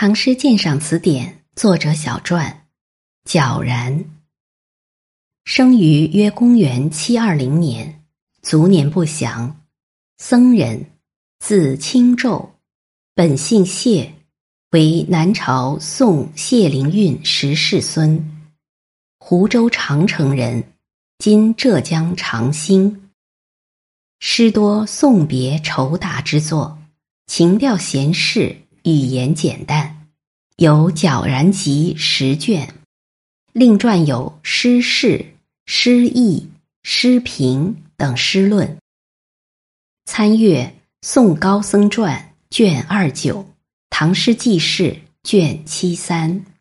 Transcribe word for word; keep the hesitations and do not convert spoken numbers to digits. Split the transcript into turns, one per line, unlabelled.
唐诗鉴赏词典》作者小传，皎然。生于约公元七二零年，卒年不详，僧人，字清昼，本姓谢，为南朝宋谢灵运十世孙，湖州长城人，今浙江长兴。诗多送别酬答之作，情调闲适，语言简淡，有《皎然集》十卷，另撰有诗释、诗意、诗评等诗论。参阅《宋高僧传》卷二九，《唐诗纪事》卷七三。